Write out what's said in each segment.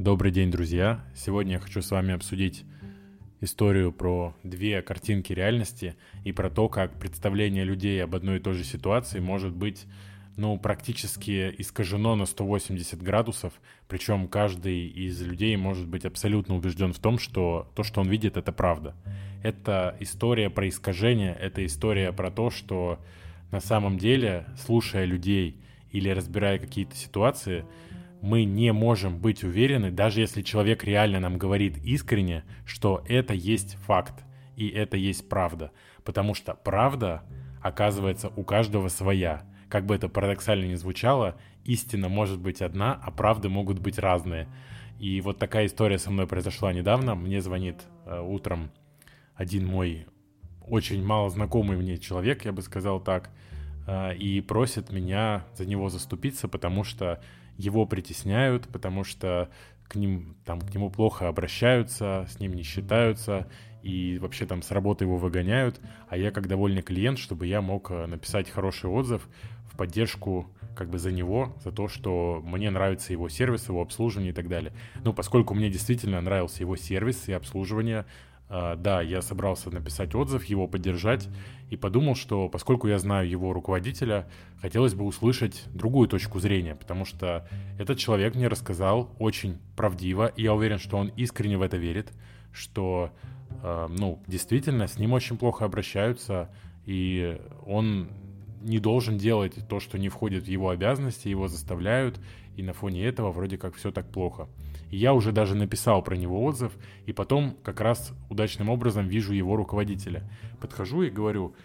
Добрый день, друзья! Сегодня я хочу с вами обсудить историю про две картинки реальности и про то, как представление людей об одной и той же ситуации может быть, практически искажено на 180 градусов, причем каждый из людей может быть абсолютно убежден в том, что то, что он видит, это правда. Это история про искажение, это история про то, что на самом деле, слушая людей или разбирая какие-то ситуации, мы не можем быть уверены, даже если человек реально нам говорит искренне, что это есть факт и это есть правда. Потому что правда, оказывается, у каждого своя. Как бы это парадоксально ни звучало, истина может быть одна, а правды могут быть разные. И вот такая история со мной произошла недавно. Мне звонит утром один мой очень мало знакомый мне человек, я бы сказал так, и просит меня за него заступиться, потому что его притесняют, потому что к нему плохо обращаются, с ним не считаются, и вообще с работы его выгоняют, а я как довольный клиент, чтобы я мог написать хороший отзыв в поддержку за него, за то, что мне нравится его сервис, его обслуживание и так далее. Поскольку мне действительно нравился его сервис и обслуживание, да, я собрался написать отзыв, его поддержать, и подумал, что поскольку я знаю его руководителя, хотелось бы услышать другую точку зрения, потому что этот человек мне рассказал очень правдиво, и я уверен, что он искренне в это верит, что, действительно, с ним очень плохо обращаются, и он не должен делать то, что не входит в его обязанности, его заставляют, и на фоне этого вроде как все так плохо. И я уже даже написал про него отзыв, и потом как удачным образом вижу его руководителя. Подхожу и говорю,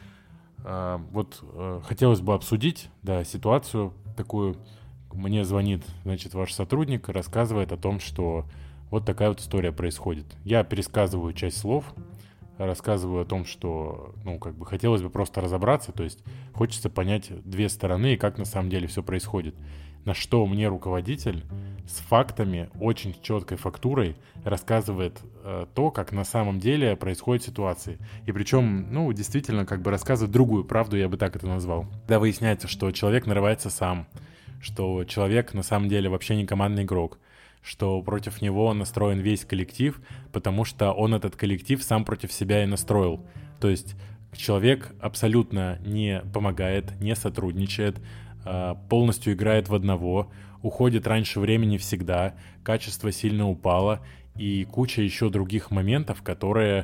хотелось бы обсудить, ситуацию такую. Мне звонит, ваш сотрудник, рассказывает о том, что вот такая вот история происходит. Я пересказываю часть слов, рассказываю о том, что, хотелось бы просто разобраться, то есть хочется понять две стороны и как на самом деле все происходит. На что мне руководитель с фактами, очень четкой фактурой рассказывает то, как на самом деле происходят ситуации. И причем, действительно, рассказывает другую правду, я бы так это назвал. Когда выясняется, что человек нарывается сам, что человек на самом деле вообще не командный игрок, что против него настроен весь коллектив, потому что он этот коллектив сам против себя и настроил. То есть человек абсолютно не помогает, не сотрудничает, полностью играет в одного, уходит раньше времени всегда, качество сильно упало и куча еще других моментов, которые,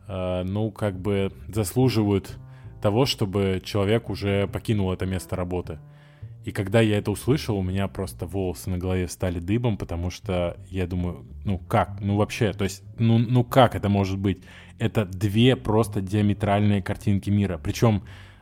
заслуживают того, чтобы человек уже покинул это место работы. И когда я это услышал, у меня просто волосы на голове встали дыбом, потому что я думаю, как? Вообще, то есть, как это может быть? Это две просто диаметральные картинки мира. Причем,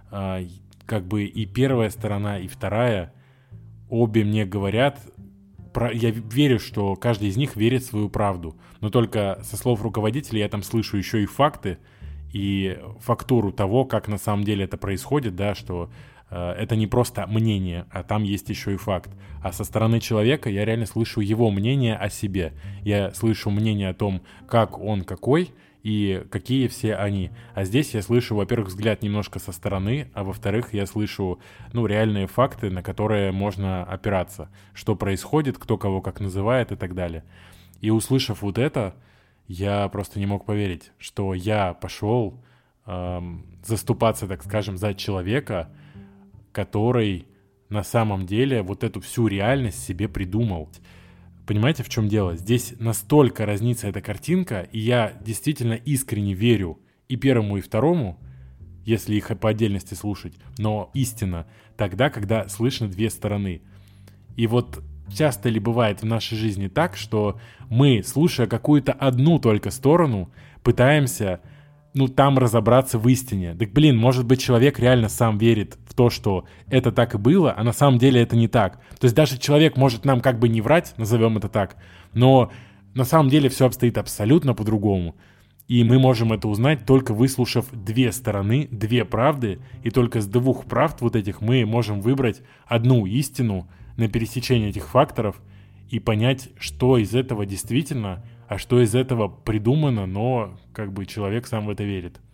и первая сторона, и вторая, обе мне говорят, я верю, что каждый из них верит в свою правду. Но только со слов руководителя я там слышу еще и факты, и фактуру того, как на самом деле это происходит, что это не просто мнение, а там есть еще и факт. А со стороны человека я реально слышу его мнение о себе. Я слышу мнение о том, как он какой и какие все они. А здесь я слышу, во-первых, взгляд немножко со стороны, а во-вторых, я слышу, реальные факты, на которые можно опираться. Что происходит, кто кого как называет и так далее. И услышав вот это, я просто не мог поверить, что я пошел заступаться, так скажем, за человека, который на самом деле вот эту всю реальность себе придумал. Понимаете, в чем дело? Здесь настолько разнится эта картинка, и я действительно искренне верю и первому, и второму, если их по отдельности слушать, но истина тогда, когда слышно две стороны. И вот часто ли бывает в нашей жизни так, что мы, слушая какую-то одну только сторону, пытаемся там разобраться в истине. Так, может быть, человек реально сам верит в то, что это так и было, а на самом деле это не так. То есть даже человек может нам не врать, назовем это так, но на самом деле все обстоит абсолютно по-другому. И мы можем это узнать, только выслушав две стороны, две правды, и только с двух правд вот этих мы можем выбрать одну истину на пересечении этих факторов и понять, что из этого действительно, а что из этого придумано, но человек сам в это верит.